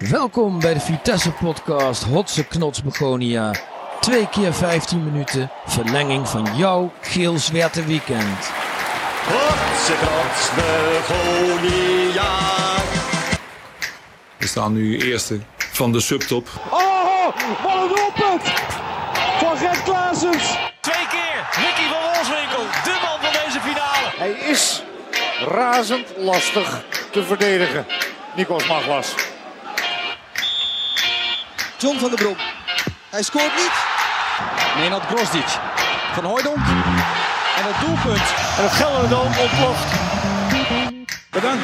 Welkom bij de Vitesse-podcast Hotse Knots Begonia. 2 keer 15 minuten verlenging van jouw geel-zwarte weekend. Hotse Knots Begonia. We staan nu eerste van de subtop. Oh, wat een doelpunt van Gert Klaasens. 2 keer Ricky van Wolfswinkel, de man van deze finale. Hij is razend lastig te verdedigen, Nikos Maglas. John van der Brom. Hij scoort niet. Nenad Grosdic van Hooijdonk. En het doelpunt. En het Gelderdoom ontploft. Bedankt.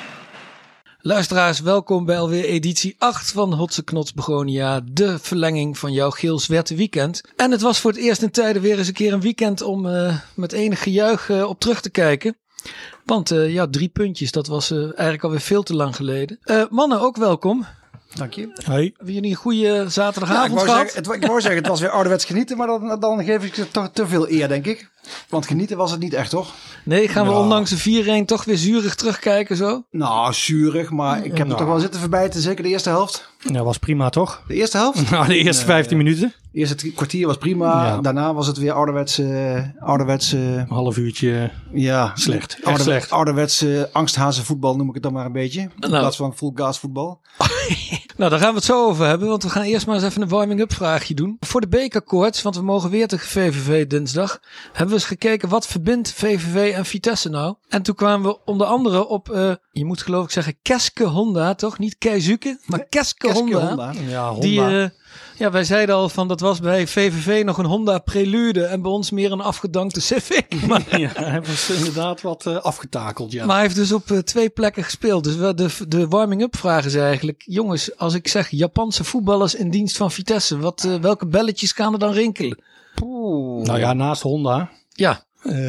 Luisteraars, welkom bij alweer editie 8 van Hotse Knots Begonia. De verlenging van jouw geel-zwarte weekend. En het was voor het eerst in tijden weer eens een keer een weekend om met enig gejuich op terug te kijken. Want 3 puntjes, dat was eigenlijk alweer veel te lang geleden. Mannen, ook welkom. Dank je. Hebben jullie een goede zaterdagavond gehad? Ik wou zeggen, het was weer ouderwets genieten, maar dan geef ik het toch te veel eer, denk ik. Want genieten was het niet echt, toch? Nee, gaan we ondanks de 4-1 toch weer zuurig terugkijken zo? Nou, zuurig, maar ik heb er toch wel zitten verbijten. Zeker de eerste helft. Ja, was prima toch? De eerste helft? Nou, de eerste 15 minuten. De eerste kwartier was prima. Ja. Daarna was het weer ouderwetse Half uurtje ja, slecht. Echt slecht. Ouderwetse angsthazenvoetbal noem ik het dan maar een beetje. In plaats van full gas voetbal. Nou, daar gaan we het zo over hebben, want we gaan eerst maar eens even een warming-up vraagje doen. Voor de bekerkoorts, want we mogen weer tegen VVV dinsdag, hebben we eens gekeken wat verbindt VVV en Vitesse nou. En toen kwamen we onder andere op, je moet geloof ik zeggen Keske Honda, toch? Niet Keizuke, maar Keske Honda. Ja, Honda. Die, wij zeiden al van dat was bij VVV nog een Honda Prelude en bij ons meer een afgedankte Civic. Maar, Ja, hij was inderdaad wat afgetakeld, ja. maar hij heeft dus op 2 plekken gespeeld. Dus de warming-up vraag is eigenlijk, jongens, als ik zeg Japanse voetballers in dienst van Vitesse, welke belletjes gaan er dan rinkelen? Nou ja, naast Honda. Ja.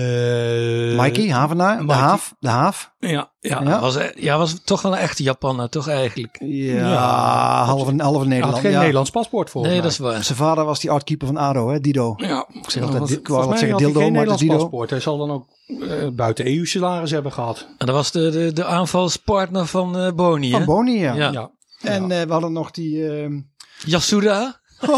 Mikey, Havenaar, de Haaf. Ja. Was toch wel een echte Japaner, toch eigenlijk? Ja, halve Hij Nederland. had geen ja. Nederlands paspoort volgens Nee, mij. dat is waar. Zijn vader was die outkeeper van ADO, hè, Dido. Ja, Ik zeg altijd, ik wou volgens mij zeggen had hij dildo, geen maar het is Nederlands Dido. paspoort. Hij zal dan ook buiten EU-salaris hebben gehad. En dat was de aanvalspartner van Boni, Van hè? Boni, ja. Ja. En we hadden nog die... Yasuda.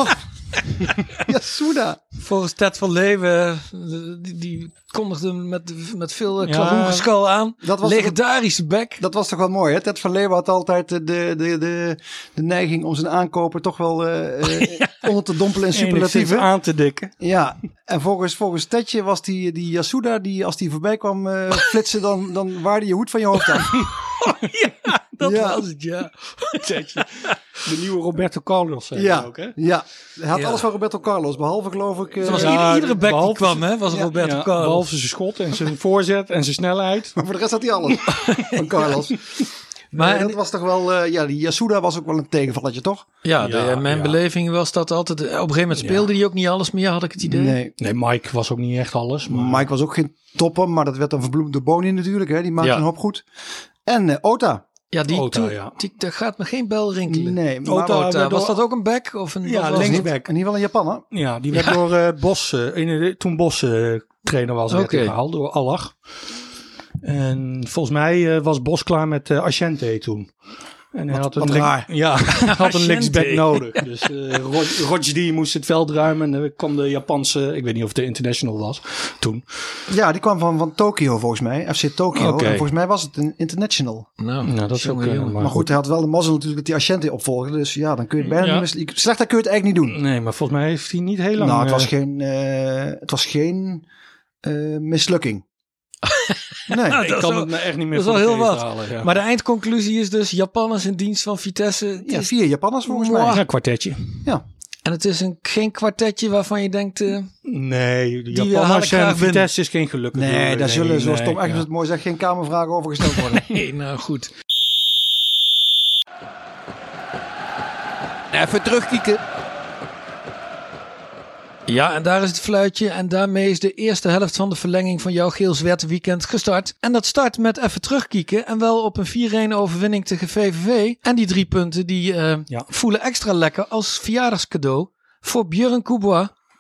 Yasuda. Volgens Ted van Leeuwen, die kondigde met veel klaroengeschal aan. Dat was legendarische back. Dat was toch wel mooi, hè? Ted van Leeuwen had altijd de neiging om zijn aankopen toch wel onder te dompelen in superlatieven. aan te dikken. Ja, en volgens Tedje was die Yasuda, die als die voorbij kwam flitsen, dan waarde je hoed van je hoofd af. Dat Ja. was het, ja. De nieuwe Roberto Carlos zei Ja, hij ook, hè? ja. Hij had Ja. alles van Roberto Carlos, behalve geloof ik... Het was Ja, iedere back die behalve- kwam, hè? Was Roberto Ja, Carlos. behalve zijn schot en zijn voorzet en zijn snelheid. Maar voor de rest had hij alles van Carlos. Maar Dat was toch wel... die Yasuda was ook wel een tegenvalletje, toch? mijn beleving was dat altijd... Op een gegeven moment speelde hij ook niet alles meer, had ik het idee. Nee. Mike was ook niet echt alles. Maar Mike was ook geen topper, maar dat werd dan verbloemd door Boni natuurlijk. Hè? Die maakte Ja. een hoop goed. En Ota. Ja, Ota, ja. daar gaat me geen bel rinkelen. Nee, maar Ota Ota, werd was door- dat ook een back? Of een, Ja, wat was het? linksback. in ieder geval een Japaner. Ja, die werd door Bos, toen trainer was, werd Oké. hij gehaald door Allach. En volgens mij was Bos klaar met Asciente toen. En hij had wat een raar. Ja, hij had een Asciente. linksback nodig. Dus Roger die moest het veld ruimen. En dan kwam de Japanse, ik weet niet of het de international was toen. Ja, die kwam van Tokio volgens mij. FC Tokio. Oké. En volgens mij was het een international. Nou, Nou, dat is ook jongen, jongen. Maar goed, hij had wel de mazzel natuurlijk dat die Asciente opvolgde. Dus ja, dan kun je het bijna Ja. niet meer... Slechter kun je het eigenlijk niet doen. Nee, maar volgens mij heeft hij niet heel lang... Nou, het was geen mislukking. Nee. ik kan het me echt niet meer dat is voor wel de heel geest wat. halen, ja. Maar de eindconclusie is dus Japanners in dienst van Vitesse. Het Ja, is- 4 Japanners volgens Mwah. mij. Ja, kwartetje. Ja. En het is geen kwartetje waarvan je denkt... Nee, de Die haal ik Japanners graag en Vitesse is geen gelukkig. Nee, daar zullen, zoals Tom echt Egbers het mooi zegt, geen kamervragen over gesteld worden. nee, nou goed. Even terugkieken. Ja, en daar is het fluitje. En daarmee is de eerste helft van de verlenging van jouw geel-zwarte weekend gestart. En dat start met even terugkieken. En wel op een 4-1 overwinning tegen VVV. En die 3 punten die voelen extra lekker als verjaardagscadeau voor Björn Coubois.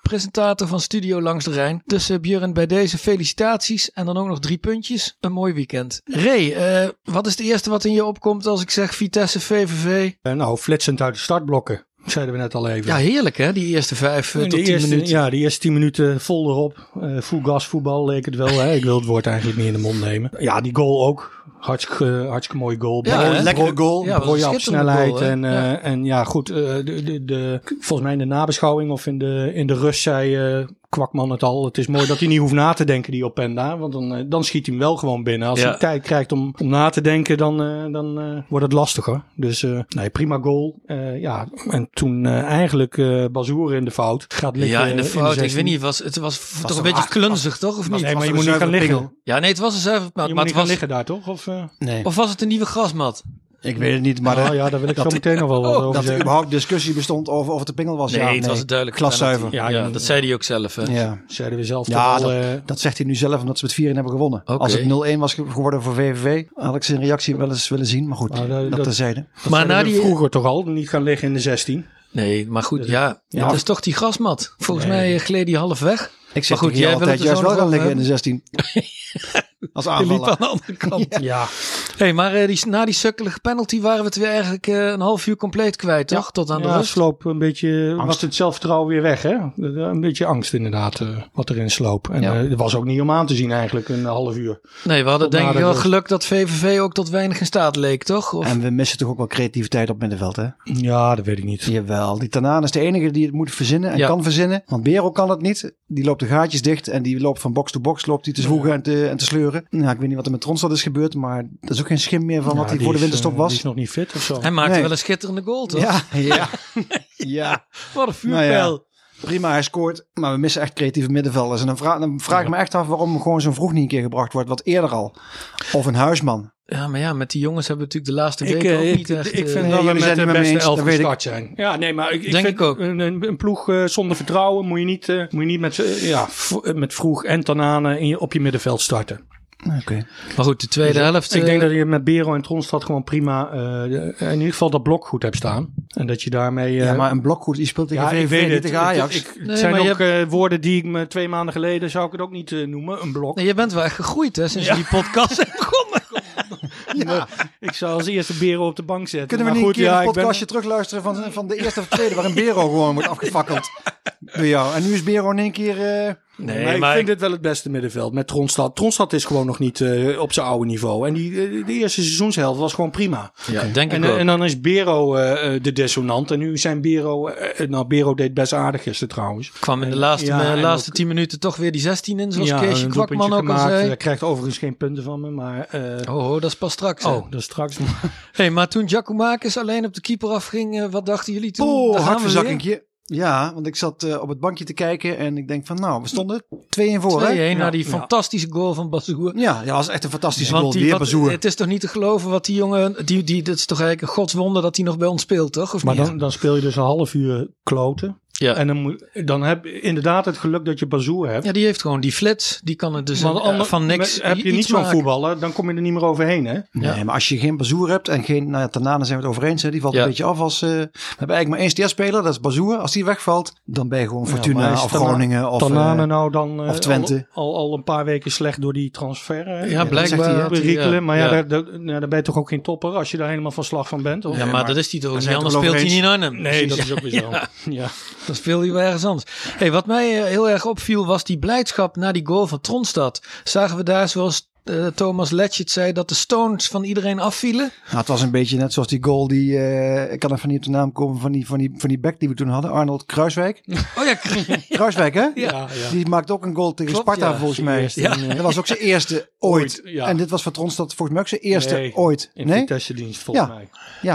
presentator van Studio Langs de Rijn. Dus Björn, bij deze felicitaties en dan ook nog 3 puntjes. Een mooi weekend. Ray, wat is het eerste wat in je opkomt als ik zeg Vitesse VVV? Flitsend uit de startblokken. Zeiden we net al even. Ja, heerlijk hè, die eerste 5 tot 10 minuten. Ja, die eerste 10 minuten vol erop. Full gas voetbal leek het wel. Hè? Ik wil het woord eigenlijk niet in de mond nemen. Ja, die goal ook. Hartstikke mooie goal. Ja, lekkere goal. Ja, Mooie op snelheid. Goal, en ja, goed. Volgens mij in de nabeschouwing of in de rust zei Kwakman het al. Het is mooi dat hij niet hoeft na te denken, die Openda. Want dan schiet hij hem wel gewoon binnen. Als hij tijd krijgt om na te denken, dan wordt het lastiger. Dus prima goal. En toen eigenlijk Bazoer in de fout. Gaat liggen, ja, in de fout. Ik weet niet, het was toch een beetje klunzig, toch? Of niet? Nee, maar je moet niet gaan liggen. Ja, nee, het was een zuivermat. Je moet niet gaan liggen daar, toch? Of was het een nieuwe grasmat? Ik weet het niet, maar daar wil ik zo meteen nog wel wat over dat er zeggen. überhaupt discussie bestond of het een pingel was. Nee, het was een duidelijk glaszuiver. Ja, dat zei hij ook zelf. Hè? Ja. Zeiden we zelf Ja, toch al. dat zegt hij nu zelf omdat ze met 4-1 hebben gewonnen. Okay. Als het 0-1 was geworden voor VVV, had ik zijn reactie wel eens willen zien. Maar goed, dat terzijde. Maar na die vroeger toch al, niet gaan liggen in de 16. Nee, maar goed, het is toch die grasmat. Volgens mij gleed die half weg. Ik zeg maar goed, jij altijd juist wel gaan liggen in de 16. Als aanvaller. Je liep aan de andere kant. Ja. Hey, maar na die sukkelige penalty waren we het weer eigenlijk een half uur compleet kwijt, toch? Tot aan de rust. Sloop een beetje, was het zelfvertrouwen weer weg, hè? Een beetje angst inderdaad, wat erin sloop. En het was ook niet om aan te zien eigenlijk, een half uur. Nee, we hadden denk ik wel geluk dat VVV ook tot weinig in staat leek, toch? Of? En we missen toch ook wel creativiteit op middenveld, hè? Ja, dat weet ik niet. Jawel, die Tanaan is de enige die het moet verzinnen en kan verzinnen. Want Bero kan het niet. Die loopt de gaatjes dicht en die loopt van box to box, loopt die te zwoegen en te sleuren. Nou, ik weet niet wat er met Tronstad is gebeurd, maar er is ook geen schim meer van wat hij voor de winterstop was. Die is nog niet fit of zo. Hij maakte wel een schitterende goal, toch? Ja. Wat een vuurpijl. Prima, hij scoort. Maar we missen echt creatieve middenvelders. En dan vraag ik me echt af waarom gewoon zo vroeg niet een keer gebracht wordt. Wat eerder al. Of een Huisman. Ja, maar met die jongens hebben we natuurlijk de laatste weken ook niet echt... Ik vind dat we met de beste 11 gestart zijn. Ja, nee, maar ik vind ook. Een ploeg zonder vertrouwen moet je niet met Vroeg en Tanane op je middenveld starten. Okay. Maar goed, de tweede helft... Ik denk dat je met Bero en Tronstad gewoon prima... in ieder geval dat blok goed hebt staan. En dat je daarmee... ja, maar een blok goed, die speelt tegen VVV, niet tegen Ajax. Het zijn ook woorden die ik me 2 maanden geleden... zou ik het ook niet noemen, een blok. Nee, je bent wel echt gegroeid, hè, sinds je die podcast hebt begonnen. Ja. Ik zou als eerste Bero op de bank zetten. Kunnen we niet een keer een podcastje terugluisteren van de eerste of tweede... waarin Bero gewoon wordt afgefakkeld door jou. En nu is Bero in één keer... Nee, maar ik vind dit wel het beste middenveld met Tronstad. Tronstad is gewoon nog niet op zijn oude niveau. En de eerste seizoenshelft was gewoon prima. Ja, denk ik ook. En dan is Bero de dissonant. En nu zijn Bero... Bero deed best aardig gisteren trouwens. Kwam in de laatste 10 minuten toch weer die 16 in. Zoals Keesje Kwakman ook al zei. Hij krijgt overigens geen punten van me. Maar, dat is pas straks. Dat is straks. Maar toen Giacomakis alleen op de keeper afging. Wat dachten jullie toen? Hartverzakkingje. Ja, want ik zat op het bankje te kijken en ik denk van we stonden 2-1 voor. 2-1 na die fantastische goal van Bazoer. Ja, dat was echt een fantastische goal. Weer Bazoer. Het is toch niet te geloven wat die jongen, dat is toch eigenlijk een godswonder dat hij nog bij ons speelt, toch? Of maar niet? Dan speel je dus een half uur kloten. Ja. En dan heb je inderdaad het geluk dat je Bazoer hebt. Ja, die heeft gewoon die flits. Die kan het dus van niks. Heb je niet zo'n voetballer, dan kom je er niet meer overheen, hè? Nee, maar als je geen Bazoer hebt en geen... Tanane zijn we het over eens, hè? Die valt een beetje af als... we hebben eigenlijk maar 1 sterspeler, dat is Bazoer. Als die wegvalt, dan ben je gewoon Fortuna of Groningen of... Tanane nou dan... of Twente. Al een paar weken slecht door die transfer. Ja, blijkbaar. Berikelen, maar daar ben je toch ook geen topper als je daar helemaal van slag van bent? Of? Ja, maar dat is hij toch ook niet. Anders speelt hij niet in Arnhem. Nee, dat is ook weer zo. Ja. Dan speelt hij wel ergens anders. Hey, wat mij heel erg opviel was die blijdschap na die goal van Tronstad. Zagen we daar, zoals Thomas Letchert zei, dat de Stones van iedereen afvielen? Nou, het was een beetje net zoals die goal die... ik kan even niet op de naam komen van die back die we toen hadden. Arnold Kruiswijk. Oh ja, Kruiswijk, hè? Ja. Die maakte ook een goal tegen Sparta volgens mij. Dat was ook zijn eerste ooit. Ja. En dit was voor Tronstad volgens mij ook zijn eerste ooit. In Vitesse-dienst volgens mij.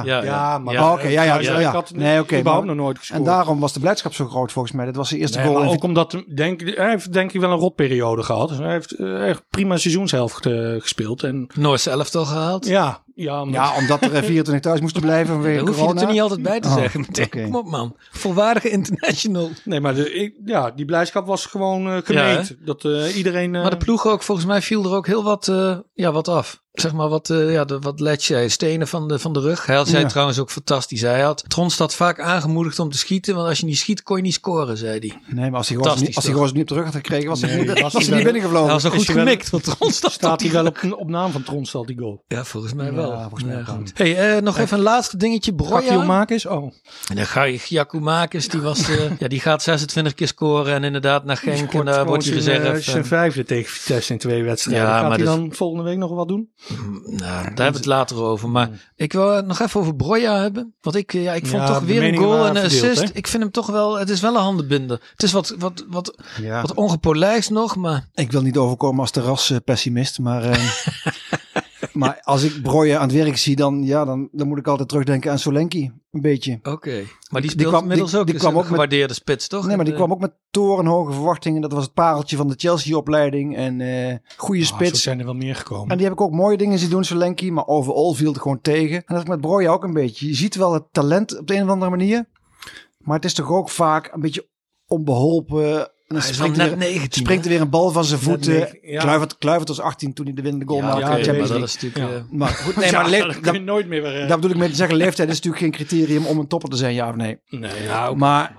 Ja, maar... Ja. Oké, ja. Nee, oké. Überhaupt nog nooit gescoord. En daarom was de blijdschap zo groot volgens mij. Dat was zijn eerste goal. Maar ook omdat hij heeft denk ik wel een rotperiode gehad. Hij heeft echt prima seizoenshelft gespeeld. En Noors elftal gehaald. Ja, omdat er 24 thuis moesten blijven. Daar hoef je het er niet altijd bij te zeggen. Kom op man. Volwaardige international. Nee, maar die blijdschap was gewoon gemeend. Dat iedereen... Maar de ploeg ook, volgens mij viel er ook heel wat af. zeg maar wat Letch zei, stenen van de rug. Hij zei trouwens ook fantastisch. Hij had Tronstad vaak aangemoedigd om te schieten, want als je niet schiet, kon je niet scoren, zei hij. Nee, maar als hij gewoon niet op de rug had gekregen, was hij niet binnengevlogen. Hij was zo goed gemikt van Tronstad. Staat hij wel op naam van Tronstad, die goal? Ja, volgens mij wel. Ja, volgens mij goed. Hey, nog even een laatste dingetje. Giacomakis? Oh. En dan ga je Giacomakis, die was, die gaat 26 keer scoren en inderdaad naar Genk en daar wordt hij reserve. Zijn vijfde tegen Vitesse in 2 wedstrijden. Ja, gaat hij dan volgende week nog wat doen? Nou, daar hebben we het later over. Maar ik wil het nog even over Broja hebben. Want ik vond toch weer een goal en een assist. He? Ik vind hem toch wel, het is wel een handenbinder. Het is wat ongepolijst nog, maar... Ik wil niet overkomen als terraspessimist, maar... Maar als ik Broja aan het werk zie, dan moet ik altijd terugdenken aan Solanke. Een beetje. Oké. Maar die speelt inmiddels ook een gewaardeerde spits, toch? Nee, maar die kwam ook met torenhoge verwachtingen. Dat was het pareltje van de Chelsea-opleiding. En goede spits. Zo zijn er wel meer gekomen. En die heb ik ook mooie dingen zien doen, Solanke. Maar overal viel het gewoon tegen. En dat is met Broja ook een beetje. Je ziet wel het talent op de een of andere manier. Maar het is toch ook vaak een beetje onbeholpen... En dan springt er weer een bal van zijn voeten. Kluivert was 18 toen hij de winnende goal maakte. Maar dat is natuurlijk... Maar goed, nee, maar dat kun je nooit meer weer... Daar bedoel ik mee te zeggen, leeftijd is natuurlijk geen criterium om een topper te zijn, ja of nee. Maar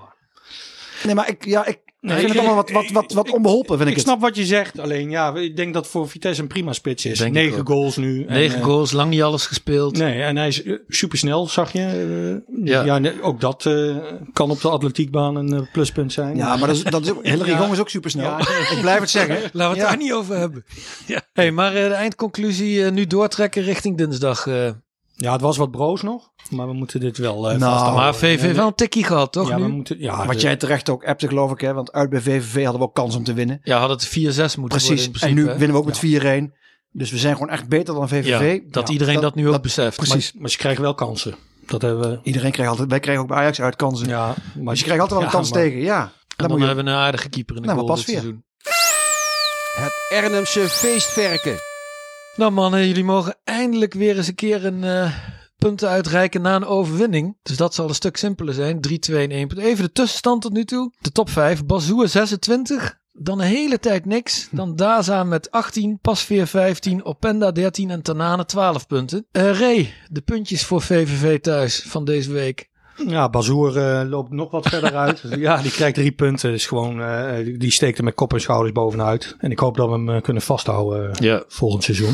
ik vind het allemaal wat onbeholpen, vind ik het. Ik snap wat je zegt, alleen ik denk dat voor Vitesse een prima spits is. 9 goals nu. 9 goals, lang niet alles gespeeld. Nee, en hij is supersnel, zag je. Ook dat kan op de atletiekbaan een pluspunt zijn. Ja, maar dat is ook, Hillary Gong is ook supersnel. Ja. Ik blijf het zeggen. Laten we het daar niet over hebben. Ja. Hey, maar de eindconclusie, nu doortrekken richting dinsdag... Ja, het was wat broos nog, maar we moeten dit wel vasthouden. Maar VV heeft wel een tikkie gehad, toch? Ja, nu? we moeten, wat jij terecht ook appte, geloof ik, hè? Want uit bij VVV hadden we ook kans om te winnen. Ja, had het 4-6 moeten worden in principe. En nu winnen we ook met 4-1. Dus we zijn gewoon echt beter dan VVV. Ja, dat iedereen dat nu ook beseft. Precies. Maar ze krijgen wel kansen. Dat hebben we... Iedereen krijgt altijd, wij krijgen ook bij Ajax uit kansen. Ja, maar je krijgt altijd wel een kans tegen. Ja. Dan hebben we een aardige keeper in de goal dit seizoen. Het Ernemse feestverken. Nou mannen, jullie mogen eindelijk weer eens een keer een... punten uitreiken na een overwinning. Dus dat zal een stuk simpeler zijn. 3-2 en 1 punt. Even de tussenstand tot nu toe. De top 5. Bazoer 26. Dan een hele tijd niks. Dan Daza met 18. Pasveer 15. Openda 13. En Tanane 12 punten. Ray, de puntjes voor VVV thuis van deze week. Ja, Bazoer loopt nog wat verder uit. Ja, die krijgt 3 punten. Dus gewoon, die steekt er met kop en schouders bovenuit. En ik hoop dat we hem kunnen vasthouden volgend seizoen.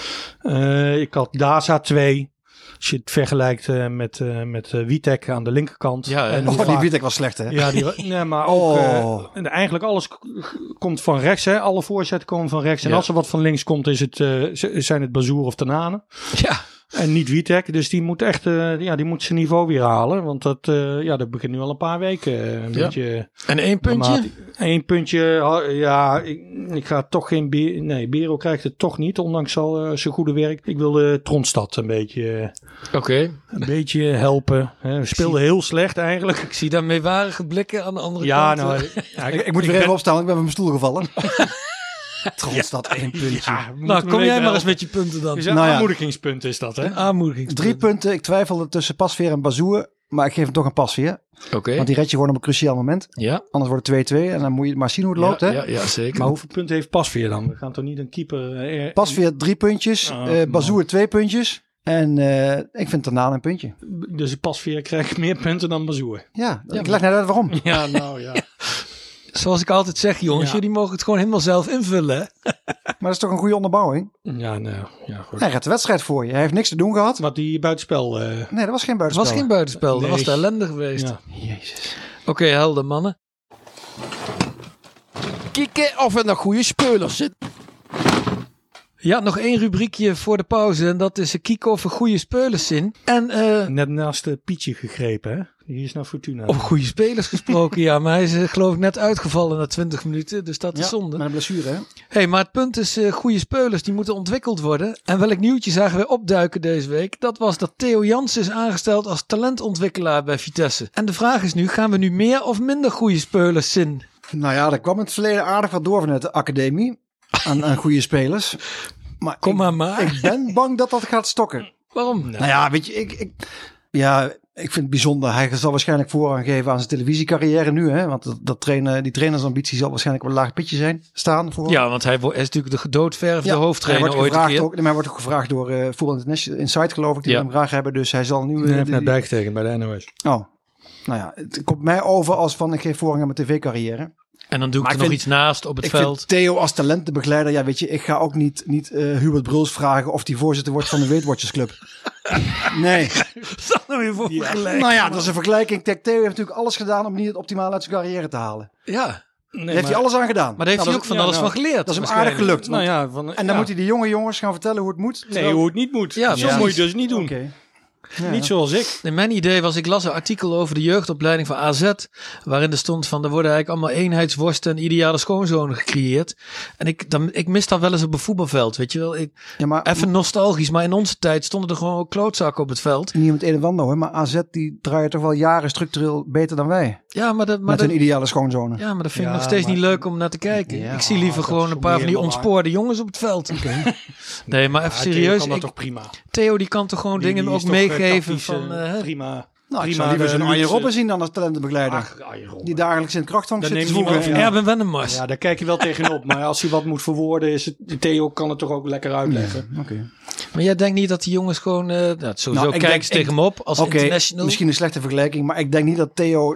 Ik had Daza 2. Als je het vergelijkt met Witek aan de linkerkant. Ja, en die Witek was slecht, hè? Ja, maar ook... eigenlijk alles komt van rechts, hè? Alle voorzetten komen van rechts. En als er wat van links komt, zijn het Bazoer of Tanane. Ja. En niet Witek. Dus die moet echt die moet zijn niveau weer halen. Want dat begint nu al een paar weken. Een beetje... En 1 puntje? 1 puntje. Ja, ik ga toch geen... Bero krijgt het toch niet. Ondanks al zijn goede werk. Ik wilde Tronstad een beetje... Een beetje helpen. We speelden heel slecht eigenlijk. Ik zie daar meewarige blikken aan de andere kant. Nou, ik moet weer even opstaan. Ik ben van mijn stoel gevallen. Tronstad 1 puntje. Nou, kom jij maar eens met je punten dan. Dus een aanmoedigingspunt is dat, hè? Een aanmoedigingspunt. 3 punten. Ik twijfelde tussen Pasveer en Bazoer. Maar ik geef hem toch een Pasveer. Oké. Want die red je gewoon op een cruciaal moment. Ja. Anders wordt het 2-2. En dan moet je maar zien hoe het loopt, hè? Ja, zeker. Maar hoeveel punten heeft Pasveer dan? We gaan toch niet een keeper... Pasveer 3 puntjes. Bazoer 2 puntjes. En ik vind Tanane een puntje. Dus Pasveer krijgt meer punten dan Bazoer. Ja, ik leg net uit waarom. Ja, nou ja. Zoals ik altijd zeg, jongens, jullie mogen het gewoon helemaal zelf invullen. Hè? Maar dat is toch een goede onderbouwing? Ja, nou, ja, goed. Hij gaat de wedstrijd voor je. Hij heeft niks te doen gehad. Wat die buitenspel... Nee, dat was geen buitenspel. Dat was geen buitenspel. Nee. Dat was de ellende geweest. Ja. Jezus. Oké, helder mannen. Kijken of er nog goede spelers zitten. Ja, nog 1 rubriekje voor de pauze. En dat is kieken of er goede spelers zijn. En, net naast Pietje gegrepen, hè? Die is naar Fortuna. Op goede spelers gesproken, ja. Maar hij is geloof ik net uitgevallen na 20 minuten. Dus dat is zonde. Met een blessure, hè? Hey, maar het punt is, goede spelers die moeten ontwikkeld worden. En welk nieuwtje zagen we opduiken deze week? Dat was dat Theo Jansen is aangesteld als talentontwikkelaar bij Vitesse. En de vraag is nu, gaan we nu meer of minder goede spelers zien? Nou ja, er kwam in het verleden aardig wat door vanuit de academie. Aan goede spelers. Maar Kom maar. Ik ben bang dat gaat stokken. Waarom? Nou ja, weet je, Ja, ik vind het bijzonder. Hij zal waarschijnlijk voorrang geven aan zijn televisiecarrière nu. Hè? Want die trainersambitie zal waarschijnlijk op een laag pitje staan. Ja, want hij is natuurlijk de gedoodverfde hoofdtrainer hij wordt ooit een keer. maar hij wordt ook gevraagd door Voetbal International Insight, geloof ik, die hem graag hebben. Dus hij zal nu... Hij heeft net bijgetekend bij de NOS. Oh, nou ja, het komt mij over als van ik geef voorrang aan mijn tv-carrière. En dan doe ik er nog iets naast op het veld. Vind Theo als talentenbegeleider, ja weet je, ik ga ook niet Hubert Bruls vragen of die voorzitter wordt van de Weetwatchersclub. Nee. Wat nou weer voor vergelijking? Nou ja, dat is een vergelijking. Theo heeft natuurlijk alles gedaan om niet het optimale uit zijn carrière te halen. Ja. Daar heeft hij alles aan gedaan. Maar daar heeft hij ook van alles van geleerd. Dat is hem aardig gelukt. Nou ja, en dan moet hij die jonge jongens gaan vertellen hoe het moet. Nee, hoe het niet moet. Ja, zo moet je dus niet doen. Okay. Ja. Niet zoals ik. Nee, mijn idee was, ik las een artikel over de jeugdopleiding van AZ. Waarin er stond van, er worden eigenlijk allemaal eenheidsworsten en ideale schoonzonen gecreëerd. En ik mis dat wel eens op een voetbalveld, weet je wel. Even nostalgisch, maar in onze tijd stonden er gewoon ook klootzakken op het veld. Niet om het een of ander hoor, maar AZ die draait toch wel jaren structureel beter dan wij. Ja, met een ideale schoonzone. Ja, maar dat vind ik nog steeds niet leuk om naar te kijken. Ja, ik zie liever gewoon een paar van die ontspoorde jongens op het veld. Okay. Nee, maar even serieus. Theo kan dat toch prima. Theo die kan toch gewoon dingen ook meegeven van... prima. Nou, ik zou liever zo'n Arjen Robben zien dan als talentenbegeleider. Die dagelijks in het krachthonk zit te zwoegen. Erben Wennemars. Ja, daar kijk je wel tegenop. Maar als hij wat moet verwoorden, Theo kan het toch ook lekker uitleggen. Ja, okay. Maar jij denkt niet dat die jongens gewoon... sowieso kijken ze tegen hem op als international? Misschien een slechte vergelijking. Maar ik denk niet dat Theo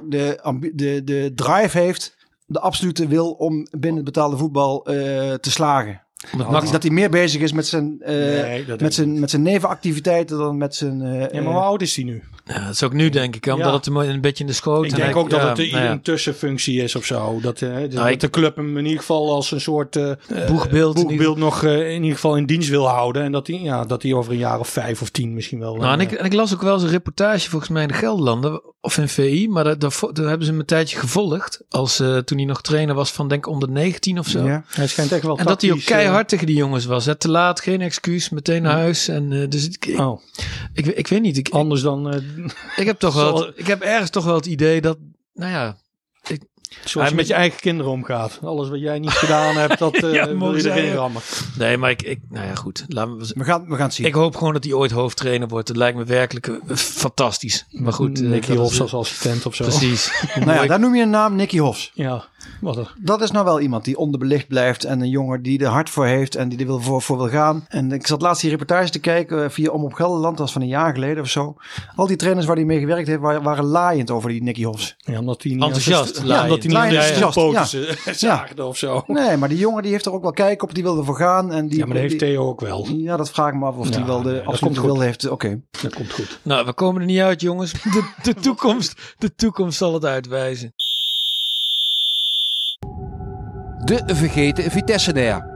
de drive heeft, de absolute wil om binnen het betaalde voetbal te slagen. Dat hij meer bezig is met zijn nevenactiviteiten dan met zijn... maar hoe oud is hij nu? Ja, dat is ook nu denk ik, omdat het hem een beetje in de schoot... Ik denk ook dat het een tussenfunctie is of zo. Dat de club hem in ieder geval als een soort boegbeeld nog in ieder geval in dienst wil houden. En dat hij over een jaar of 5 of 10 misschien wel... En ik las ook wel eens een reportage volgens mij in de Gelderlanden of in VI. Maar daar hebben ze hem een tijdje gevolgd. Toen hij nog trainer was van denk onder 19 of zo. Ja. Hij schijnt echt wel en dat hij ook keihard tegen die jongens was. Te laat, geen excuus, meteen naar huis. En, dus ik weet niet. Anders dan... Ik heb ergens toch wel het idee dat, zoals je met je eigen kinderen omgaat. Alles wat jij niet gedaan hebt, dat wil je erin rammen. Nee, maar goed. We gaan het zien. Ik hoop gewoon dat hij ooit hoofdtrainer wordt. Dat lijkt me werkelijk fantastisch. Maar goed. Nicky Hofs als assistent of zo. Precies. Daar noem je een naam, Nicky Hofs. Ja, dat is nou wel iemand die onderbelicht blijft. En een jongen die er hard voor heeft en die er voor wil gaan. En ik zat laatst die reportage te kijken via Om op Gelderland. Dat was van een jaar geleden of zo. Al die trainers waar hij mee gewerkt heeft waren laaiend over die Nicky Hofs. Ja, omdat hij niet enthousiast. Omdat hij niet zaagde of zo. Nee, maar die jongen die heeft er ook wel kijk op. Die wil ervoor gaan. En maar dat heeft Theo ook wel. Ja, dat vraag ik me af of hij wel de absolute wil heeft. Oké. Dat komt goed. Nou, we komen er niet uit, jongens. De toekomst zal het uitwijzen. De vergeten Vitesse-nair.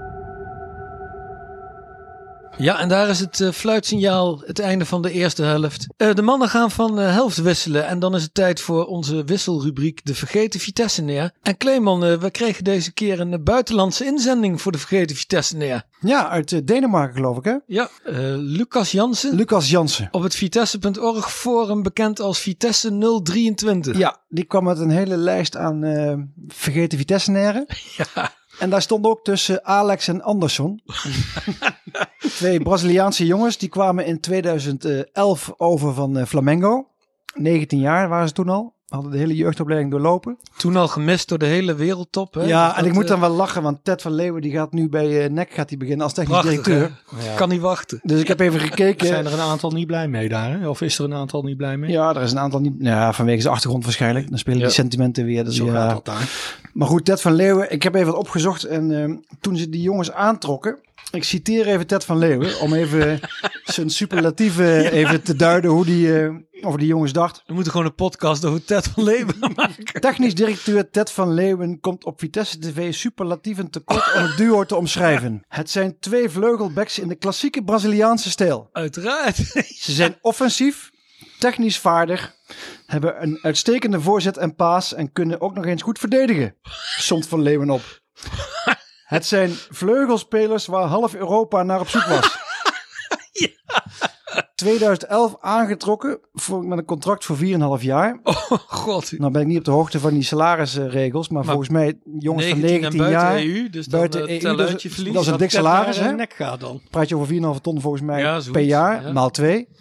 Ja, en daar is het fluitsignaal het einde van de eerste helft. De mannen gaan van helft wisselen en dan is het tijd voor onze wisselrubriek De Vergeten Vitesse-nair. En Clemon, we kregen deze keer een buitenlandse inzending voor De Vergeten Vitesse-nair. Ja, uit Denemarken geloof ik hè? Ja, Lucas Jansen. Op het Vitesse.org forum bekend als Vitesse 023. Ja, die kwam met een hele lijst aan vergeten Vitesse-nairen. Ja. En daar stond ook tussen Alex en Anderson. 2 Braziliaanse jongens. Die kwamen in 2011 over van Flamengo. 19 jaar waren ze toen al. Hadden de hele jeugdopleiding doorlopen. Toen al gemist door de hele wereldtop. Hè? Ja, en ik moet dan wel lachen. Want Ted van Leeuwen die gaat nu bij NEC beginnen als technisch directeur. Ja. Kan niet wachten. Dus ik heb even gekeken. Zijn er een aantal niet blij mee daar? Hè? Of is er een aantal niet blij mee? Ja, er is een aantal niet. Ja, vanwege zijn achtergrond waarschijnlijk. Dan spelen die sentimenten weer. Dus zo gaat dat daar. Maar goed, Ted van Leeuwen. Ik heb even wat opgezocht. En toen ze die jongens aantrokken. Ik citeer even Ted van Leeuwen. Om even zijn superlatieven even te duiden hoe die over die jongens dacht. We moeten gewoon een podcast over Ted van Leeuwen maken. Technisch directeur Ted van Leeuwen komt op Vitesse TV superlatieven tekort om het duo te omschrijven. Het zijn 2 vleugelbacks in de klassieke Braziliaanse stijl. Uiteraard. Ze zijn offensief, technisch vaardig, hebben een uitstekende voorzet en paas en kunnen ook nog eens goed verdedigen. Somt Van Leeuwen op. Het zijn vleugelspelers waar half Europa naar op zoek was. Ja. 2011 aangetrokken met een contract voor 4,5 jaar. Oh god. Nou ben ik niet op de hoogte van die salarisregels, maar volgens mij jongens van 19 jaar EU, dus buiten EU, dat is een dik salaris. Hè? Nek gaat dan. Praat je over 4,5 ton volgens mij per jaar, maal 2.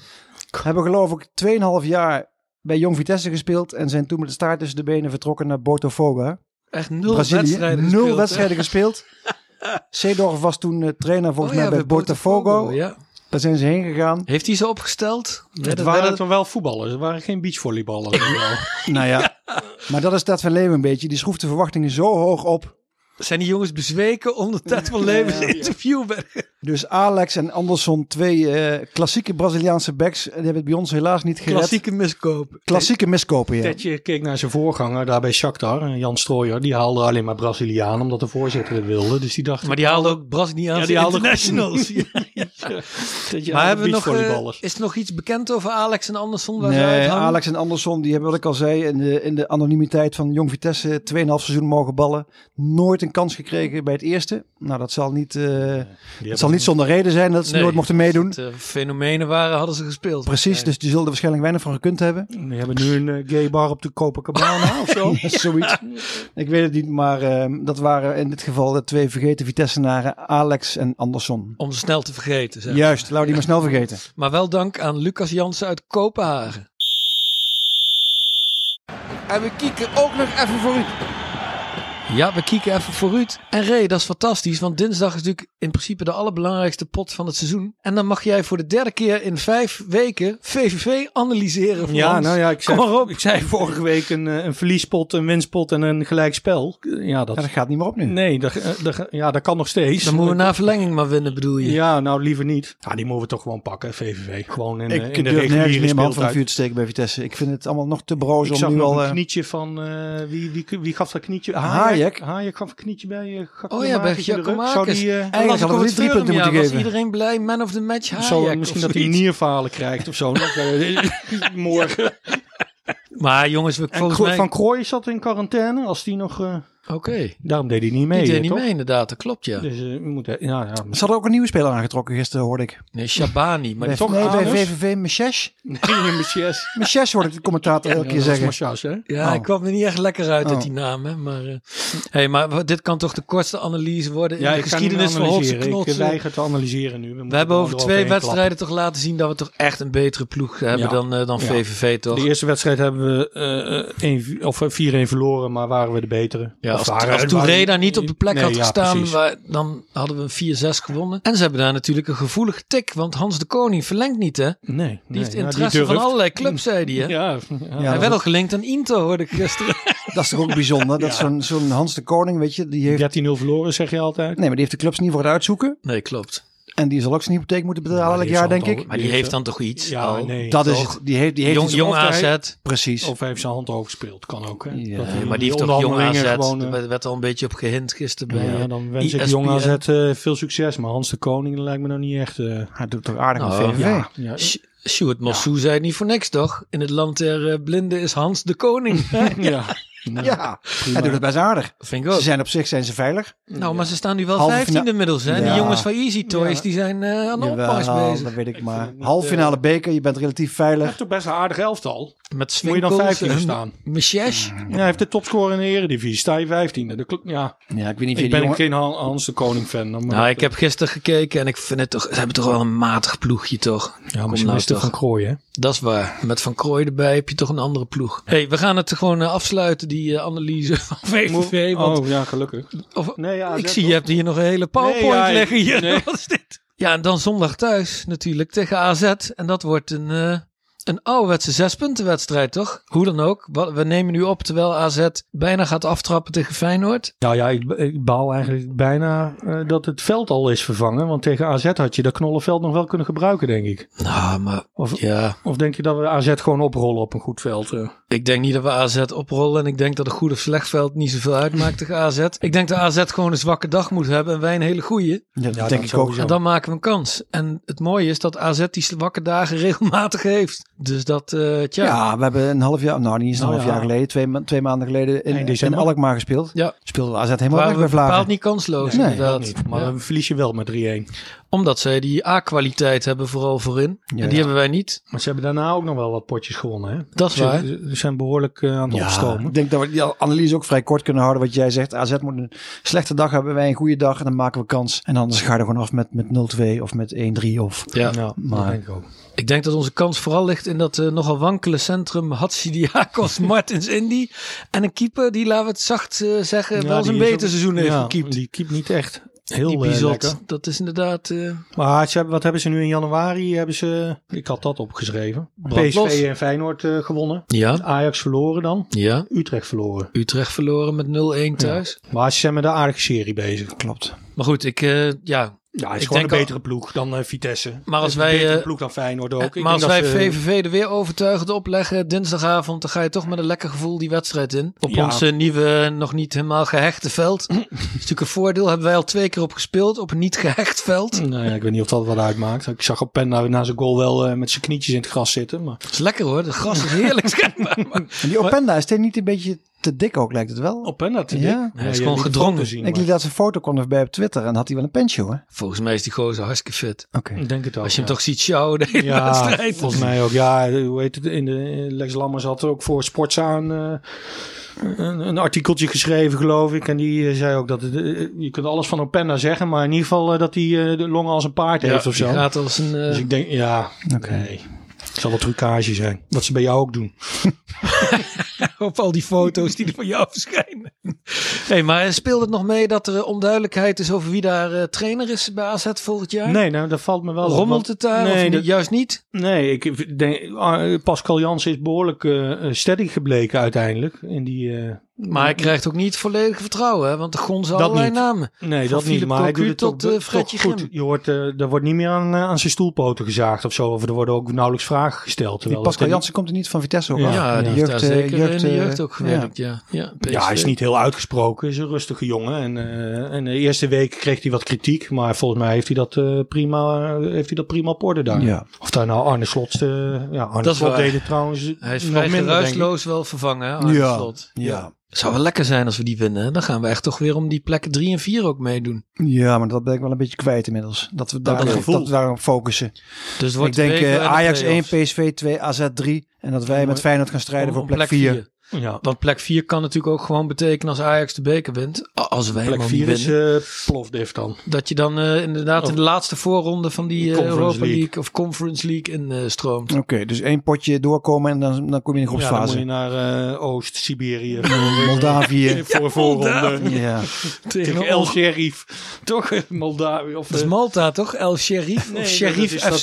Hebben geloof ik 2,5 jaar bij Jong Vitesse gespeeld. En zijn toen met de staart tussen de benen vertrokken naar Botafogo. Echt 0 Brazilië. wedstrijden gespeeld. 0 wedstrijden gespeeld. Seedorf was toen trainer volgens mij bij Botafogo. Ja. Daar zijn ze heen gegaan. Heeft hij ze opgesteld? Het waren toch wel voetballers. Het waren geen beachvolleyballers. Nou ja, maar dat is Ted van Leeuwen een beetje. Die schroeft de verwachtingen zo hoog op. Zijn die jongens bezweken onder Ted van Leeuwen's interview? Dus Alex en Anderson, 2 klassieke Braziliaanse backs. Die hebben het bij ons helaas niet gered. Klassieke miskopen, ja. Tedje keek naar zijn voorganger daar bij Shakhtar, Jan Strooijer. Die haalde alleen maar Braziliaan, omdat de voorzitter het wilde. Dus die dacht... Maar die haalde ook Braziliaanse internationals. Maar hebben we nog, is er nog iets bekend over Alex en Anderson? Nee, Alex en Anderson, die hebben wat ik al zei, in de anonimiteit van Jong Vitesse 2,5 seizoen mogen ballen. Nooit een kans gekregen bij het eerste. Nou, dat zal niet... Het zal niet zonder reden zijn dat ze nooit mochten meedoen. Als het fenomenen waren, hadden ze gespeeld. Precies, dus die zullen er waarschijnlijk weinig van gekund hebben. Die hebben nu een gay bar op de Copacabana of zo. Ja, zoiets. Ik weet het niet, maar dat waren in dit geval de 2 vergeten Vitessenaren, Alex en Anderson. Om ze snel te vergeten. Zeg. Juist, laten we die maar snel vergeten. Maar wel dank aan Lucas Jansen uit Kopenhagen. En we kieken ook nog even voor u. Ja, we kieken even vooruit. En Ray, dat is fantastisch, want dinsdag is natuurlijk in principe de allerbelangrijkste pot van het seizoen. En dan mag jij voor de 3e keer in 5 weken VVV analyseren voor ons. Nou ja, ik zei vorige week een verliespot, een winstpot en een gelijkspel. Ja, dat gaat niet meer op nu. Nee, dat kan nog steeds. Dan moeten we na verlenging maar winnen, bedoel je? Ja, nou liever niet. Ja, die moeten we toch gewoon pakken, VVV. Gewoon in de reguliere speeltijd. Ik durf nergens meer mijn hand van het vuur te steken bij Vitesse. Ik vind het allemaal nog te broos om nu al... een knietje van... wie gaf dat knietje? Hayek gaf een knietje bij bij Giacomakis. Eigenlijk hadden we 3 punten moeten geven. Was iedereen blij? Man of the match Hayek. Misschien dat hij nierfalen krijgt of zo. Morgen. Maar jongens, volgens mij... Van Krooij zat in quarantaine. Als die nog... Oké. Daarom deed hij niet mee. Die deed niet mee, inderdaad. Dat klopt, ja. Dus we moeten... Ze hadden ook een nieuwe speler aangetrokken gisteren, hoorde ik. Nee, Shabani. Maar bij VVV Meshes. Nee, Meshes. Meshes hoorde ik de commentator elke keer zeggen. Machas, hè? Ja, ik kwam er niet echt lekker uit die naam. Hè? Maar dit kan toch de kortste analyse worden in de geschiedenis van Holtse Knotsen. Ik weiger te analyseren nu. We hebben over 2 wedstrijden toch laten zien dat we toch echt een betere ploeg hebben dan VVV, toch? De eerste wedstrijd hebben we 4-1 verloren, maar waren we de betere. Ja, als Touré daar niet op de plek had gestaan, dan hadden we 4-6 gewonnen. En ze hebben daar natuurlijk een gevoelige tik, want Hans de Koning verlengt niet, hè? Nee. Die heeft interesse van allerlei clubs, zei hij, hè? Ja, hij werd al gelinkt aan Inter, hoorde ik gisteren. Dat is toch ook bijzonder, dat zo'n Hans de Koning, weet je, die heeft... 13-0 verloren, zeg je altijd? Nee, maar die heeft de clubs niet voor het uitzoeken. Nee, klopt. En die zal ook zijn hypotheek moeten betalen elk jaar, denk ik. Maar die heeft dan toch iets? Ja, nee. Dat is het. Die heeft jong AZ. Precies. Of hij heeft zijn hand overgespeeld. Kan ook, hè? Ja, maar die heeft toch jong AZ. Er werd al een beetje op gehint gisteren bij. Ja, dan wens ik jong AZ veel succes. Maar Hans de Koning, dat lijkt me nou niet echt... Hij doet toch aardig met VVV. Ja. Sjoerd Mossou zei het niet voor niks, toch? In het land der blinden is Hans de Koning. Ja. Ja, hij doet het best aardig. Vind ik ook. Zijn ze veilig. Nou, maar ze staan nu wel 15e inmiddels. Hè? Ja. Die jongens van Easy Toys, die zijn aan de opmars bezig. Dat weet ik maar. Halffinale beker, je bent relatief veilig. Hij heeft toch best een aardig elftal. Met Swinkels, moet je dan 15e staan. Meshes. Ja, hij heeft de topscorer in de Eredivisie. Sta je 15e. Ja, ik weet niet. Ik ben geen Hans de Koning fan. Nou, ik heb gisteren gekeken en ik vind het toch... Ze hebben toch wel een matig ploegje, toch? Ja, maar ze misten Van Krooij, hè? Dat is waar. Met Van Krooij erbij heb je toch een andere ploeg. Hey, we gaan het gewoon afsluiten, die analyse van VVV. Want, ja, gelukkig. Ik zie, je hebt hier nog een hele PowerPoint liggen hier. Nee. Wat is dit? Ja, en dan zondag thuis natuurlijk tegen AZ. En dat wordt een ouderwetse 6-puntenwedstrijd, toch? Hoe dan ook. We nemen nu op terwijl AZ bijna gaat aftrappen tegen Feyenoord. Ja, ik baal eigenlijk bijna dat het veld al is vervangen. Want tegen AZ had je dat knollenveld nog wel kunnen gebruiken, denk ik. Nou, maar Of denk je dat we AZ gewoon oprollen op een goed veld? Ik denk niet dat we AZ oprollen. En ik denk dat een goed of slecht veld niet zoveel uitmaakt tegen AZ. Ik denk dat AZ gewoon een zwakke dag moet hebben en wij een hele goeie. Ja, dat denk ik ook. En dan maken we een kans. En het mooie is dat AZ die zwakke dagen regelmatig heeft. Dus dat, Ja, we hebben een half jaar, nou niet eens een half jaar geleden, 2 maanden geleden in Alkmaar gespeeld. Ja. Speelde AZ helemaal weg bij Vlagen. Bepaald niet kansloos, inderdaad. Niet. Maar we verlies je wel met 3-1. Omdat zij die A-kwaliteit hebben, vooral voorin. Ja, en die hebben wij niet. Maar ze hebben daarna ook nog wel wat potjes gewonnen, hè? Dat is waar. zijn behoorlijk aan het opstomen. Ik denk dat we die analyse ook vrij kort kunnen houden. Wat jij zegt, AZ moet een slechte dag hebben, wij een goede dag en dan maken we kans. En anders ga je er gewoon af met 0-2 of met 1-3. Dat denk ik ook. Ik denk dat onze kans vooral ligt in dat nogal wankele centrum Hatsidiakos Martins Indy. En een keeper die, laten we het zacht zeggen, wel eens een beter seizoen heeft gekiept. Die keept niet echt heel lekker. Dat is inderdaad... Maar wat hebben ze nu in januari? Ik had dat opgeschreven. PSV en Feyenoord gewonnen. Ja. Ajax verloren dan. Ja. Utrecht verloren. Utrecht verloren met 0-1 thuis. Ja. Maar ze zijn met een aardige serie bezig. Klopt. Maar goed, Ja, het is gewoon een betere ploeg dan Vitesse. Maar als het is wij, een betere ploeg dan Feyenoord ook. Maar als wij VVV er weer overtuigend opleggen dinsdagavond, dan ga je toch met een lekker gevoel die wedstrijd in. Op ons nieuwe, nog niet helemaal gehechte veld. Dat is natuurlijk een voordeel. Hebben wij al 2 keer op gespeeld, op een niet gehecht veld. Nou ja, ik weet niet of dat wat uitmaakt. Ik zag Openda na zijn goal wel met zijn knietjes in het gras zitten. Maar... Dat is lekker hoor, het gras is heerlijk schijnbaar. En die Openda, is die niet een beetje te dik ook, lijkt het wel? Openda te dik? Ja. Hij is gewoon gedrongen. Ik liet dat zijn foto kwam erbij op Twitter en had hij wel een pensje hoor. Volgens mij is die gozer hartstikke fit. Oké. Ik denk het ook. Als je hem toch ziet sjouwen de hele wedstrijd. Volgens mij ook. Ja, hoe heet het? Lex Lammers had ook voor Sportza een artikeltje geschreven, geloof ik. En die zei ook dat je kunt alles van Openda zeggen, maar in ieder geval dat hij de longen als een paard heeft of zo. Gaat als een... Dus ik denk, nee. Het zal wel trucage zijn. Wat ze bij jou ook doen. Op al die foto's die er van jou verschijnen. Nee, maar speelt het nog mee dat er onduidelijkheid is over wie daar trainer is bij AZ volgend jaar? Nee, nou, dat valt me wel op. Rommelt het daar of juist niet? Nee, ik denk Pascal Jansen is behoorlijk steady gebleken uiteindelijk. In die... Maar hij krijgt ook niet volledig vertrouwen, hè? Want er gonzen allerlei namen. Nee, dat niet. Maar hij doet het tot Fredje goed. Grim. Je hoort, er wordt niet meer aan zijn stoelpoten gezaagd of zo. Of er worden ook nauwelijks vragen gesteld. Die Pascal Jansen komt er niet van Vitesse ook af. Ja, die heeft daar zeker in de jeugd ook gewerkt. Ja, hij is niet heel uitgesproken. Is een rustige jongen. En de eerste week kreeg hij wat kritiek. Maar volgens mij heeft hij dat prima op orde daar. Ja. Of daar nou Arne Slot... Arne Slot deed het trouwens. Hij is vrij geruisloos wel vervangen, hè, Arne Slot. Ja. Het zou wel lekker zijn als we die winnen. Dan gaan we echt toch weer om die plekken 3 en 4 ook meedoen. Ja, maar dat ben ik wel een beetje kwijt inmiddels. Dat we daarop focussen. Dus ik denk Ajax 1, PSV 2, AZ 3. En dat wij met Feyenoord gaan strijden voor plek 4. Ja, want plek 4 kan natuurlijk ook gewoon betekenen als Ajax de beker wint. Als wij plek 4 is plofdiff dan. Dat je dan inderdaad in de laatste voorronde van die Europa League of Conference League instroomt. Oké, dus 1 potje doorkomen en dan kom je in de groepsfase. Ja, dan moet je naar Oost-Siberië. Moldavië. Voor voorronde. Ja. Tegen El Sheriff. Toch? Moldavië. Dat is Malta toch? El Sheriff? Nee, of Sheriff FC?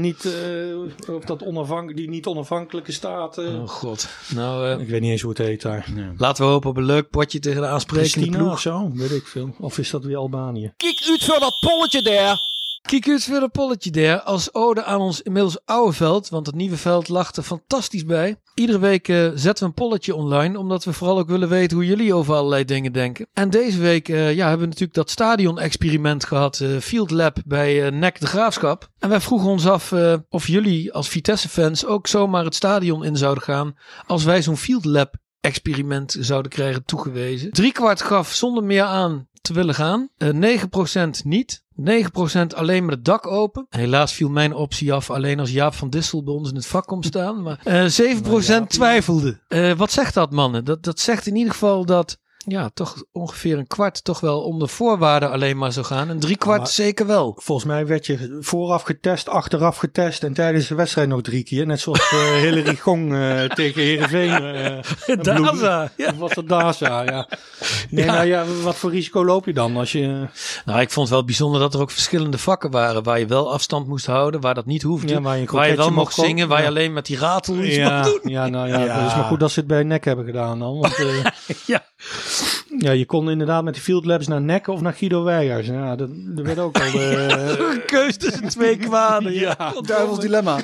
Die niet onafhankelijke staat. Oh god. Nou, ik weet niet eens hoe het heet daar. Nee. Laten we hopen op een leuk potje tegen de aansprekende ploeg. Of zo, weet ik veel. Of is dat weer Albanië? Kijk uit voor dat polletje daar. Kijk uit voor dat polletje daar. Als ode aan ons inmiddels oude veld. Want het nieuwe veld lag er fantastisch bij. Iedere week zetten we een polletje online. Omdat we vooral ook willen weten hoe jullie over allerlei dingen denken. En deze week hebben we natuurlijk dat stadion-experiment gehad. Field Lab bij NEC de Graafschap. En wij vroegen ons af of jullie als Vitesse-fans ook zomaar het stadion in zouden gaan. Als wij zo'n Field Lab experiment zouden krijgen toegewezen. 3/4 gaf zonder meer aan te willen gaan. 9% niet. 9% alleen met het dak open. Helaas viel mijn optie af alleen als Jaap van Dissel bij ons in het vak komt staan. Maar 7% twijfelde. Wat zegt dat, mannen? Dat zegt in ieder geval dat toch ongeveer 1/4 toch wel onder voorwaarden alleen maar zou gaan. En 3/4 zeker wel. Volgens mij werd je vooraf getest, achteraf getest en tijdens de wedstrijd nog 3 keer. Net zoals Hillary Gong tegen Heerenveen. Daza. Ja. Of was dat Daza, ja. Nee, wat voor risico loop je dan als je... Nou, ik vond het wel bijzonder dat er ook verschillende vakken waren. Waar je wel afstand moest houden, waar dat niet hoefde. Ja, waar je wel mocht zingen, waar je alleen met die ratel iets mocht doen. Ja, dat is maar goed dat ze het bij NEC hebben gedaan dan. Want, ja, je kon inderdaad met die Field Labs naar NEC of naar Guido Weijers. Ja, dat werd ook al... Een keus tussen 2 kwaden. Ja, duivels dilemma.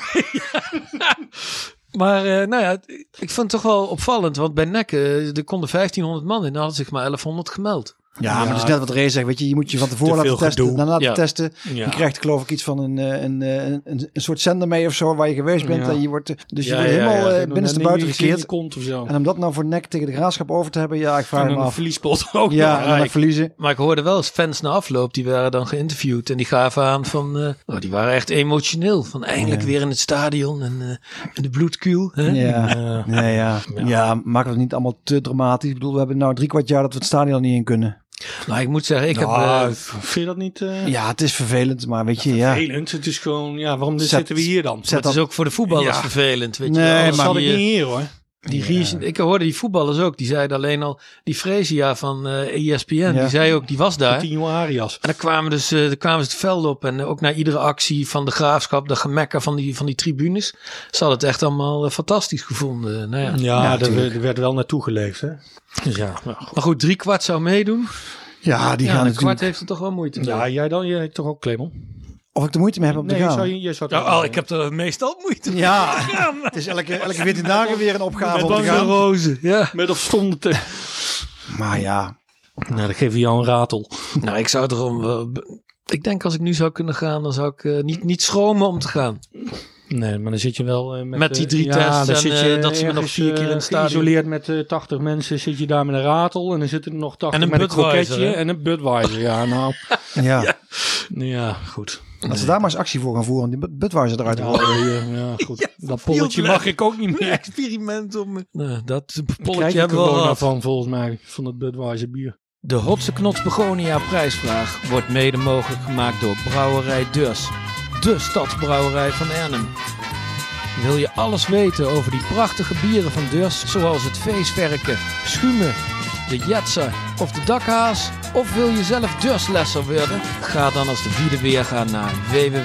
Maar ik vond het toch wel opvallend. Want bij NEC, er konden 1500 man in. En hadden zich maar 1100 gemeld. Ja, maar dat is net wat Ray zegt. Weet je moet je van tevoren laten testen. Daarna laten testen. Ja. Je krijgt geloof ik iets van een soort zender mee of zo waar je geweest bent. En je wordt, dus je wordt helemaal binnenstebuiten gekeerd. En om dat nou voor nek tegen de Graafschap over te hebben. Ja, ik vraag me af. Een verliespot ook. Ja, en dan verliezen. Maar ik hoorde wel eens fans na afloop. Die waren dan geïnterviewd. En die gaven aan van... die waren echt emotioneel. Van eindelijk weer in het stadion. En in de bloedkuil. Hè? Ja, maken we het niet allemaal te dramatisch. Ik bedoel, we hebben nou 3/4 jaar dat we het stadion niet in kunnen. Nou, ik moet zeggen, vind je dat niet... Ja, het is vervelend, maar weet je, vervelend, het is gewoon... Ja, waarom zitten we hier dan? Het is ook voor de voetballers vervelend, weet je. Nee, maar zat ik niet hier, hoor. Ik hoorde die voetballers ook, die zeiden alleen al... Die Fresia van ESPN, die zei ook, die was daar. Tino Arias. En dan kwamen ze het veld op en ook na iedere actie van de Graafschap... de gemekker van die tribunes. Ze hadden het echt allemaal fantastisch gevonden. Nou er werd wel naartoe geleefd, hè. Dus maar goed, 3/4 zou meedoen. Ja, die gaan natuurlijk... 1/4 heeft er toch wel moeite mee. Ja, jij toch ook, Clemon? Of ik de moeite mee heb om te gaan? Ik heb er meestal moeite mee. Ja, het is elke 14 dagen weer een opgave om te gaan. Rozen, ja. Met of zonder te... Maar ja. Nou, dan geef je jou een ratel. Nou, ik zou erom... ik denk als ik nu zou kunnen gaan, dan zou ik niet schromen om te gaan. Nee, maar dan zit je wel met die 3 tests en dat ze me nog 4 keer in het stadion... Geïsoleerd met 80 mensen zit je daar met een ratel en dan zitten er nog 80 met een kroketje en een Budweiser. Ja, nou... Ja, goed. Dat ze daar maar eens actie voor gaan voeren. Die Budweiser eruit te halen. Ja, goed. Dat polletje mag ik ook niet meer. Experiment om... dat polletje hebben we al van, volgens mij, van het Budweiser bier. De Hotse Knots Begonia prijsvraag wordt mede mogelijk gemaakt door Brouwerij Deurs. De stadsbrouwerij van Arnhem. Wil je alles weten over die prachtige bieren van Deurs, zoals het Feestverken, Schume, de Jetser of de Dakhaas? Of wil je zelf Deurslesser worden? Ga dan als de vierde weerga naar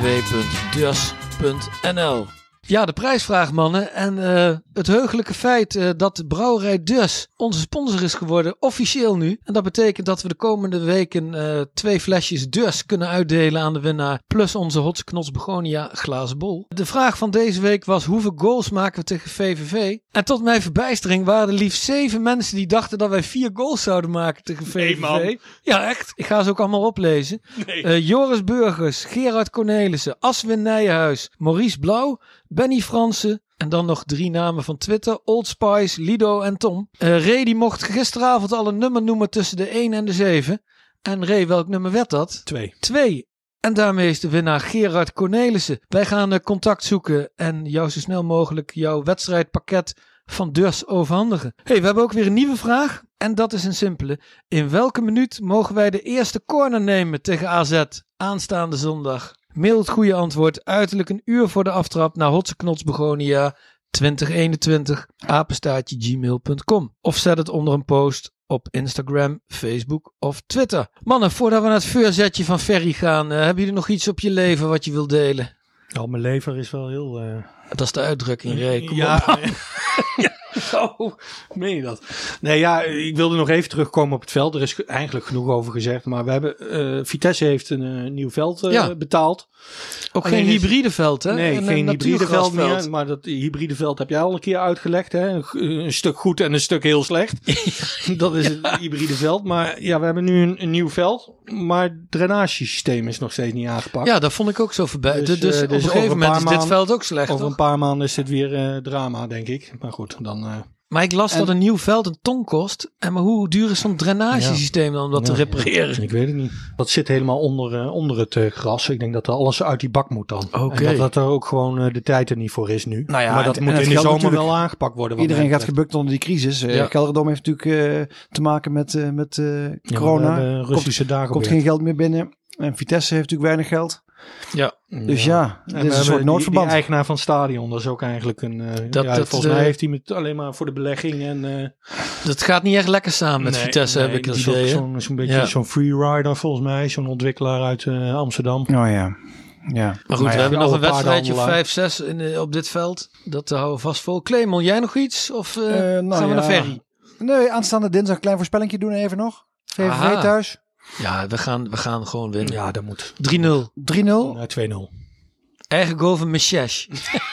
www.deurs.nl. Ja, de prijsvraag, mannen. En het heugelijke feit dat Brouwerij Deurs onze sponsor is geworden, officieel nu. En dat betekent dat we de komende weken 2 flesjes Deurs kunnen uitdelen aan de winnaar. Plus onze Hotse Knots Begonia glazen bol. De vraag van deze week was: hoeveel goals maken we tegen VVV? En tot mijn verbijstering waren er liefst 7 mensen die dachten dat wij 4 goals zouden maken tegen VVV. Man. Ja, echt. Ik ga ze ook allemaal oplezen. Nee. Joris Burgers, Gerard Cornelissen, Aswin Nijenhuis, Maurice Blauw, Benny Fransen en dan nog 3 namen van Twitter. Old Spice, Lido en Tom. Ray die mocht gisteravond al een nummer noemen tussen de 1 en de 7. En Ray, welk nummer werd dat? 2. En daarmee is de winnaar Gerard Cornelissen. Wij gaan contact zoeken en jou zo snel mogelijk jouw wedstrijdpakket van Deurs overhandigen. We hebben ook weer een nieuwe vraag. En dat is een simpele. In welke minuut mogen wij de eerste corner nemen tegen AZ aanstaande zondag? Mail het goede antwoord uiterlijk een uur voor de aftrap naar hotseknotsbegonia 2021 @gmail.com. Of zet het onder een post op Instagram, Facebook of Twitter. Mannen, voordat we naar het veurzetje van Ferry gaan, hebben jullie nog iets op je leven wat je wilt delen? Mijn lever is wel heel... Dat is de uitdrukking, Ray. Kom op. Meen je dat? Nee, ja, ik wilde nog even terugkomen op het veld. Er is eigenlijk genoeg over gezegd. Maar we hebben... Vitesse heeft een nieuw veld betaald. Ook geen hybride veld, hè? Nee, geen hybride veld meer. Maar dat hybride veld heb jij al een keer uitgelegd, hè? Een stuk goed en een stuk heel slecht. Dat is het hybride veld. Maar ja, we hebben nu een nieuw veld. Maar het drainagesysteem is nog steeds niet aangepakt. Ja, dat vond ik ook zo voorbij. Dus op een gegeven moment is dit veld ook slecht, over een paar maanden is dit weer drama, denk ik. Maar goed, dan... Maar ik las dat een nieuw veld een ton kost. Maar hoe duur is zo'n drainagesysteem dan om dat te repareren? Ik weet het niet. Dat zit helemaal onder het gras. Ik denk dat er alles uit die bak moet dan. Okay. En dat er ook gewoon de tijd er niet voor is nu. Nou ja, maar dat moet in de zomer wel aangepakt worden. Iedereen gaat gebukt onder die crisis. Gelredome heeft natuurlijk te maken met corona. Russische dagen. Komt geen geld meer binnen. En Vitesse heeft natuurlijk weinig geld. Ja. Dus dit is een soort noodverband. Die eigenaar van het stadion, dat is ook eigenlijk een... volgens mij heeft hij met alleen maar voor de belegging en... dat gaat niet echt lekker samen met Vitesse, heb ik het idee. Zo'n beetje zo'n freerider volgens mij, zo'n ontwikkelaar uit Amsterdam. Oh ja. Maar goed, we hebben nog een wedstrijdje of 5-6 op dit veld. Dat houden we vast vol. Clemon, jij nog iets? Of gaan we naar Ferry? Nee, aanstaande dinsdag een klein voorspellingje doen even nog. VVV thuis. Ja, we gaan gewoon winnen. Ja, dat moet. 3-0. 2-0. Eigen goal van Michesh.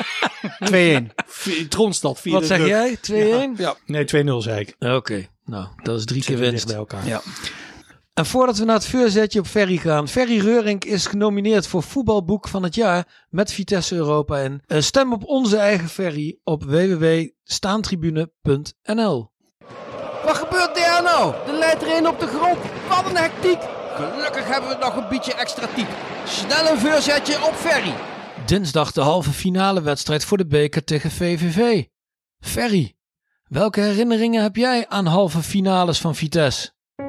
2-1. Tronstad. Wat zeg jij? 2-1? Ja. Nee, 2-0 zei ik. Oké. Nou, dat is 3 keer winst. Bij elkaar. Ja. En voordat we naar het voorzetje op Ferry gaan. Ferry Reurink is genomineerd voor voetbalboek van het jaar met Vitesse Europa in. Stem op onze eigen Ferry op www.staantribune.nl. Wat gebeurt daar nou? De leidt er een op de grond. Wat een hectiek. Gelukkig hebben we nog een beetje extra type. Snel een voorzetje op Ferry. Dinsdag de halve finale wedstrijd voor de beker tegen VVV. Ferry, welke herinneringen heb jij aan halve finales van Vitesse?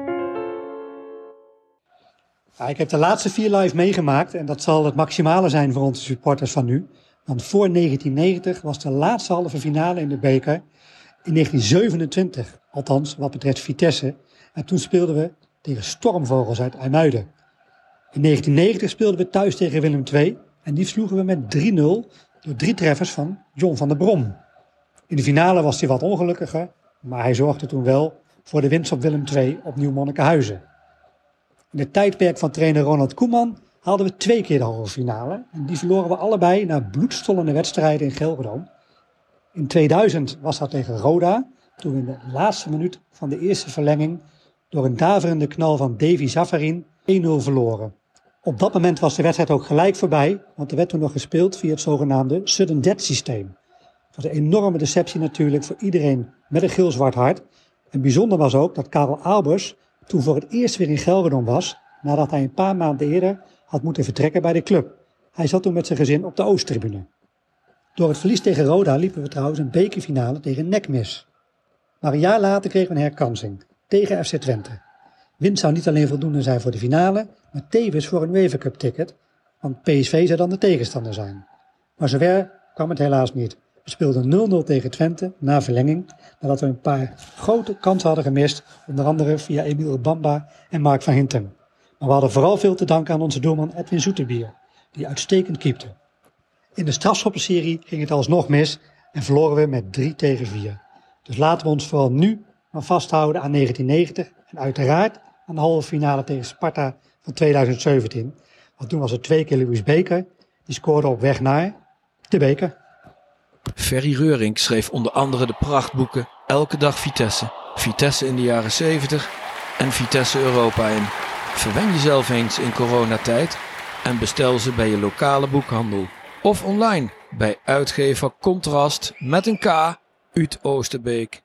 Ja, ik heb de laatste 4 live meegemaakt en dat zal het maximale zijn voor onze supporters van nu. Want voor 1990 was de laatste halve finale in de beker in 1927. Althans, wat betreft Vitesse. En toen speelden we tegen Stormvogels uit IJmuiden. In 1990 speelden we thuis tegen Willem II. En die sloegen we met 3-0 door 3 treffers van John van der Brom. In de finale was hij wat ongelukkiger, maar hij zorgde toen wel voor de winst op Willem II op Nieuw-Monnikenhuizen. In het tijdperk van trainer Ronald Koeman haalden we 2 keer de halve finale. En die verloren we allebei na bloedstollende wedstrijden in Gelredome. In 2000 was dat tegen Roda, toen we in de laatste minuut van de eerste verlenging door een daverende knal van Davy Zaffarin 1-0 verloren. Op dat moment was de wedstrijd ook gelijk voorbij, want er werd toen nog gespeeld via het zogenaamde sudden death systeem. Het was een enorme deceptie natuurlijk voor iedereen met een geel-zwart hart. En bijzonder was ook dat Karel Albers toen voor het eerst weer in Gelredome was, nadat hij een paar maanden eerder had moeten vertrekken bij de club. Hij zat toen met zijn gezin op de Oosttribune. Door het verlies tegen Roda liepen we trouwens een bekerfinale tegen NEC mis. Maar een jaar later kregen we een herkansing tegen FC Twente. Winst zou niet alleen voldoende zijn voor de finale, maar tevens voor een UEFA Cup ticket, want PSV zou dan de tegenstander zijn. Maar zover kwam het helaas niet. We speelden 0-0 tegen Twente na verlenging, nadat we een paar grote kansen hadden gemist, onder andere via Emiel Bamba en Mark van Hintem. Maar we hadden vooral veel te danken aan onze doelman Edwin Zoetebier, die uitstekend keepte. In de strafschoppenserie ging het alsnog mis en verloren we met 3-4. Dus laten we ons vooral nu maar vasthouden aan 1990 en uiteraard aan de halve finale tegen Sparta van 2017. Want toen was het 2 keer Louis Beker, die scoorde op weg naar de beker. Ferry Reurink schreef onder andere de prachtboeken Elke dag Vitesse, Vitesse in de jaren 70 en Vitesse Europa in. Verwen jezelf eens in coronatijd en bestel ze bij je lokale boekhandel. Of online bij uitgever Contrast met een K uit Oosterbeek.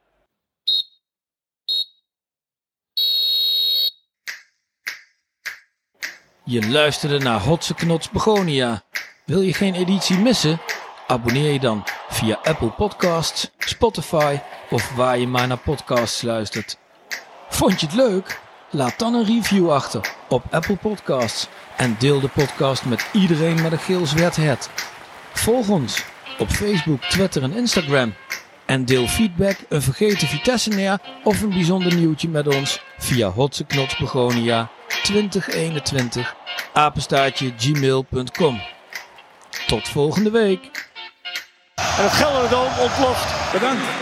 Je luisterde naar Hotse Knots Begonia. Wil je geen editie missen? Abonneer je dan via Apple Podcasts, Spotify of waar je maar naar podcasts luistert. Vond je het leuk? Laat dan een review achter op Apple Podcasts en deel de podcast met iedereen met een geel-zwart hert. Volg ons op Facebook, Twitter en Instagram. En deel feedback, een vergeten Vitesse-neer of een bijzonder nieuwtje met ons via Hotse Knots Begonia 2021 @gmail.com. Tot volgende week. En het Gelderdoom ontploft. Bedankt.